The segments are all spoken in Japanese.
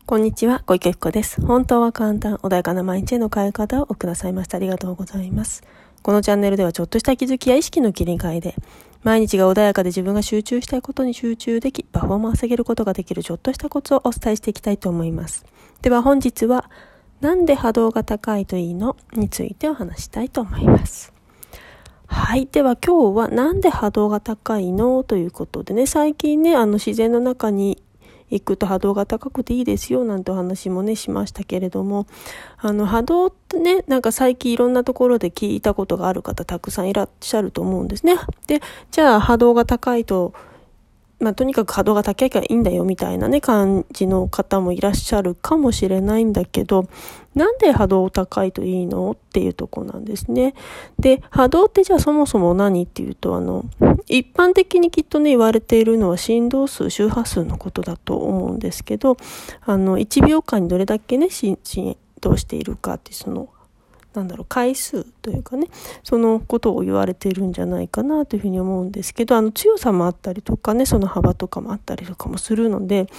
こんにちは、小池福子です。本当は簡単、穏やかな毎日への変え方をくださいました。ありがとうございます。このチャンネルではちょっとした気づきや意識の切り替えで、毎日が穏やかで自分が集中したいことに集中でき、パフォーマンスを上げることができるちょっとしたコツをお伝えしていきたいと思います。では本日は、なんで波動が高いといいのについてお話したいと思います。はい。では今日はなんで波動が高いのということでね、最近ね、自然の中に行くと波動が高くていいですよなんてお話もねしましたけれども、波動ってね、なんか最近いろんなところで聞いたことがある方たくさんいらっしゃると思うんですね。で、じゃあ波動が高いと、とにかく波動が高いからいいんだよみたいなね感じの方もいらっしゃるかもしれないんだけど、なんで波動高いといいのっていうとこなんですね。で、波動ってじゃあそもそも何っていうと、一般的にきっとね言われているのは振動数、周波数のことだと思うんですけど、1秒間にどれだけね振動しているかっていう回数というかね、そのことを言われているんじゃないかなというふうに思うんですけど、強さもあったりとかね、その幅とかもあったりとかもするので、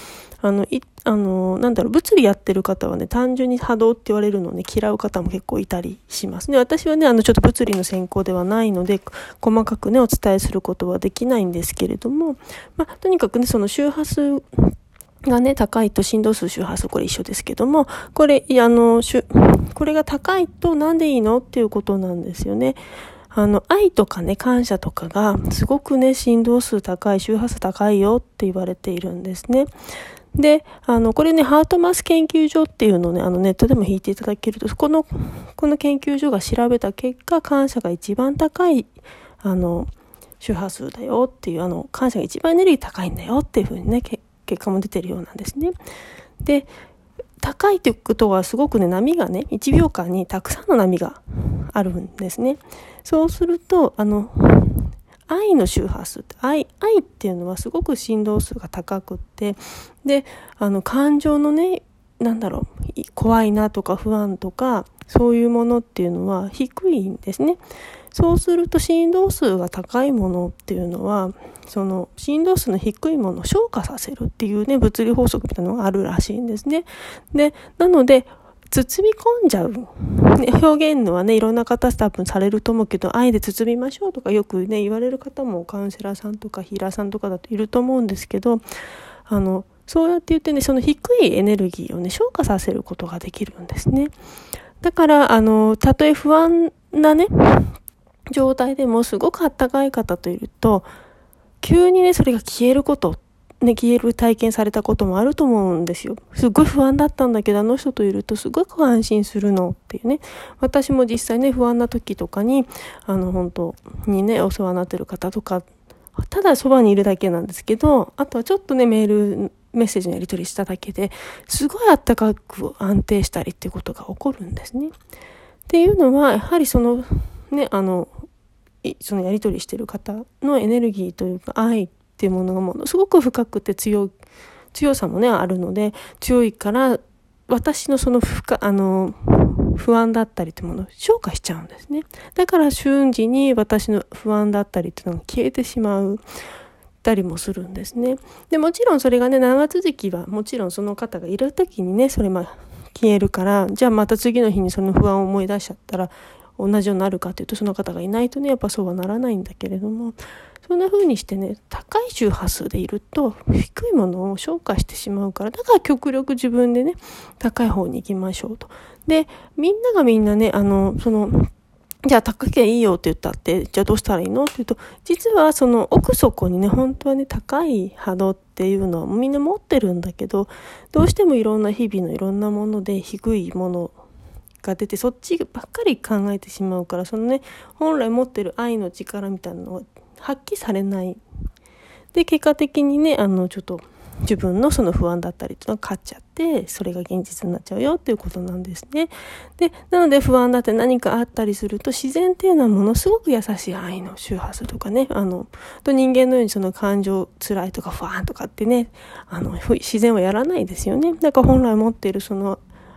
物理やってる方はね、単純に波動って言われるのをね、嫌う方も結構いたりしますね。私はね、ちょっと物理の専攻ではないので、細かくね、お伝えすることはできないんですけれども、とにかくね、その周波数がね、高いと振動数、周波数、これ一緒ですけども、これが高いとなんでいいのっていうことなんですよね。愛とかね、感謝とかがすごくね、振動数高い、周波数高いよって言われているんですね。で、これね、ハートマス研究所っていうのをね、ネットでも引いていただけると、この研究所が調べた結果、感謝が一番高い、周波数だよっていう、感謝が一番エネルギー高いんだよっていうふうにね、結果も出てるようなんですね。で、高いということはすごくね、波がね、1秒間にたくさんの波があるんですね。そうすると、愛の周波数って、愛っていうのはすごく振動数が高くって、で、感情のね、怖いなとか不安とか、そういうものっていうのは低いんですね。そうすると振動数が高いものっていうのは、その振動数の低いものを消化させるっていうね、物理法則みたいなのがあるらしいんですね。で、なので、包み込んじゃう。ね、表現のはね、いろんな方多分されると思うけど、愛で包みましょうとかよくね、言われる方もカウンセラーさんとかヒーラーさんとかだといると思うんですけど、そうやって言ってね、その低いエネルギーをね、消化させることができるんですね。だから、たとえ不安なね、状態でもすごく暖かい方といると、急にね、それが消える体験されたこともあると思うんですよ。すごい不安だったんだけど、あの人といるとすごく安心するのっていうね。私も実際ね、不安な時とかに、本当にね、お世話になってる方とか、ただそばにいるだけなんですけど、あとはちょっとね、メッセージのやり取りしただけで、すごい暖かく安定したりっていうことが起こるんですね。っていうのは、やはりそのやり取りしてる方のエネルギーというか愛っていうものがものすごく深くて強さもねあるので、強いから私のその不安だったりっていうものを消化しちゃうんですね。だから瞬時に私の不安だったりっていうのが消えてしまうたりもするんですね。でもちろんそれがね、長続きはもちろんその方がいる時にね、それ消えるから、じゃあまた次の日にその不安を思い出しちゃったら同じようになるかというと、その方がいないとね、やっぱそうはならないんだけれども、そんな風にしてね、高い周波数でいると低いものを消化してしまうから、だから極力自分でね、高い方に行きましょうと。で、みんながみんなね、じゃあ高けいいよって言ったって、じゃあどうしたらいいのって言うと、実はその奥底にね、本当はね、高い波動っていうのはみんな持ってるんだけど、どうしてもいろんな日々のいろんなもので低いものが出て、そっちばっかり考えてしまうから、そのね、本来持ってる愛の力みたいなのが発揮されない。で、結果的にね、ちょっと自分のその不安だったりっていうのが勝っちゃって、それが現実になっちゃうよっていうことなんですね。で、なので不安だって何かあったりすると、自然っていうのはものすごく優しい愛の周波数とかね、人間のようにその感情、辛いとか不安とかってね、自然はやらないですよね。だから本来持っているその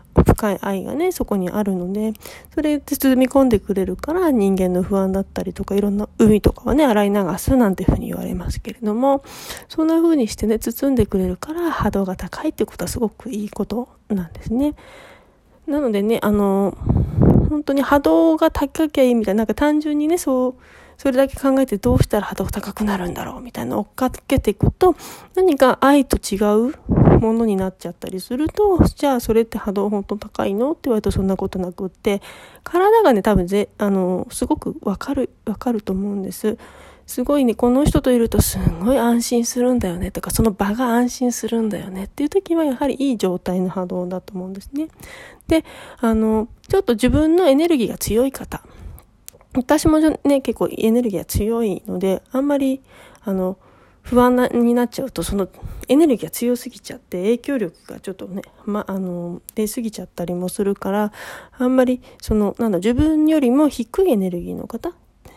深い愛がねそこにあるので、それで包み込んでくれるから人間の不安だったりとかいろんな海とかはね洗い流すなんていうふうに言われますけれども、そんな風にしてね包んでくれるから波動が高いってことはすごくいいことなんですね。なのでね本当に波動が高きゃいいみたいな、なんか単純にねそれだけ考えてどうしたら波動高くなるんだろうみたいな追っかけていくと、何か愛と違うものになっちゃったりすると、じゃあそれって波動本当高いのって言われるとそんなことなくって、体がね多分すごくわかると思うんです。すごいね、この人といるとすごい安心するんだよねとか、その場が安心するんだよねっていう時はやはりいい状態の波動だと思うんですね。で、ちょっと自分のエネルギーが強い方、私もね結構エネルギーが強いので、あんまり不安になっちゃうと、そのエネルギーが強すぎちゃって影響力がちょっとね出すぎちゃったりもするから、あんまり自分よりも低いエネルギーの方、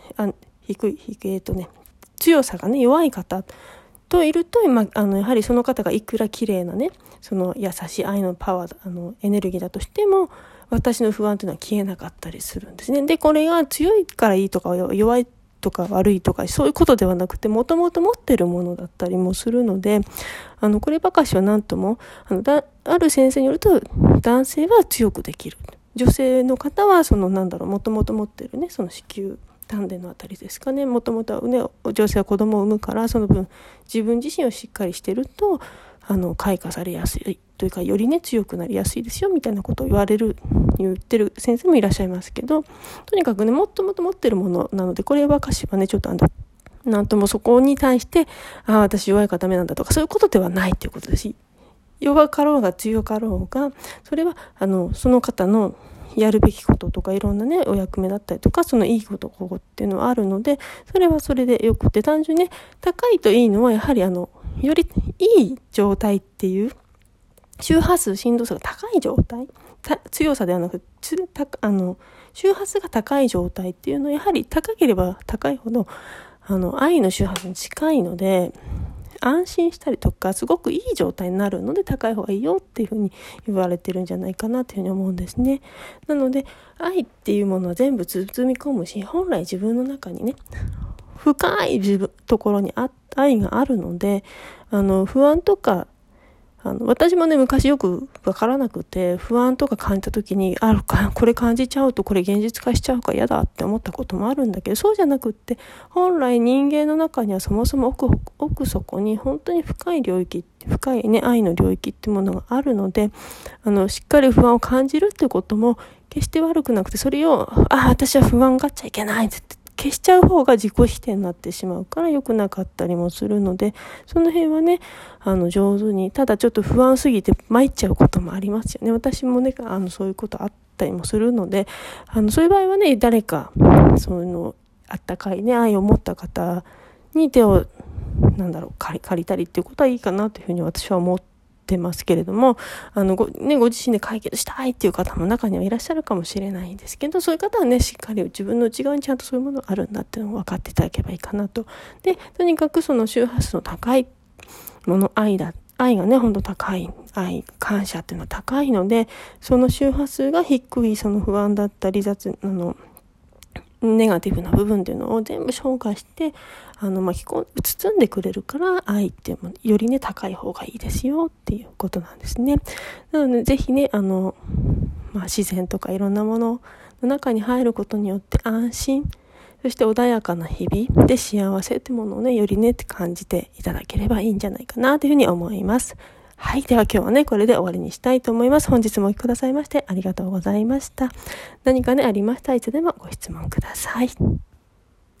強さがね弱い方といると、やはりその方がいくら綺麗なねその優しい愛のパワーエネルギーだとしても、私の不安というのは消えなかったりするんですね。でこれが強いからいいとか弱いとか悪いとかそういうことではなくて、もともと持ってるものだったりもするので、こればかしは何ともある先生によると、男性は強くできる、女性の方はもともと持ってるねその子宮丹田のあたりですかね、もともとね女性は子供を産むから、その分自分自身をしっかりしてると開花されやすいというか、よりね強くなりやすいですよみたいなことを言ってる先生もいらっしゃいますけど、とにかくねもともと持ってるものなので、こればかしはねちょっとなんともそこに対して私弱いからダメなんだとかそういうことではないということです。弱かろうが強かろうが、それはその方のやるべきこととかいろんなねお役目だったりとか、そのいいことここっていうのはあるので、それはそれでよくて、単純にね高いといいのはやはりよりいい状態っていう周波数振動数が高い状態、強さではなく周波数が高い状態っていうのはやはり高ければ高いほど愛の周波数に近いので、安心したりとかすごくいい状態になるので、高い方がいいよっていうふうに言われてるんじゃないかなというふうに思うんですね。なので愛っていうものは全部包み込むし、本来自分の中にね深いところに愛があるので、不安とか私もね昔よくわからなくて、不安とか感じた時にこれ感じちゃうとこれ現実化しちゃうから嫌だって思ったこともあるんだけど、そうじゃなくって、本来人間の中にはそもそも奥底に本当に深い領域、深いね愛の領域ってものがあるので、しっかり不安を感じるってことも決して悪くなくて、それを私は不安がっちゃいけないって消しちゃう方が自己否定になってしまうから良くなかったりもするので、その辺はね上手に、ただちょっと不安すぎて参っちゃうこともありますよね。私もねそういうことあったりもするので、そういう場合はね誰かあったかいね愛を持った方に手を借りたりっていうことはいいかなというふうに私は思ってますけれども、ご自身で解決したいっていう方も中にはいらっしゃるかもしれないんですけど、そういう方はねしっかり自分の内側にちゃんとそういうものがあるんだっていうのを分かっていただければいいかなと。でとにかくその周波数の高いもの、愛がね本当高い感謝っていうのは高いので、その周波数が低いその不安だったりネガティブな部分っていうのを全部消化して包んでくれるから、愛ってよりね高い方がいいですよっていうことなんですね。なのでぜひね自然とかいろんなものの中に入ることによって安心、そして穏やかな日々で幸せってものをねよりねって感じていただければいいんじゃないかなというふうに思います。はい。では今日はね、これで終わりにしたいと思います。本日もお聞きくださいましてありがとうございました。何かね、ありましたらいつでもご質問ください。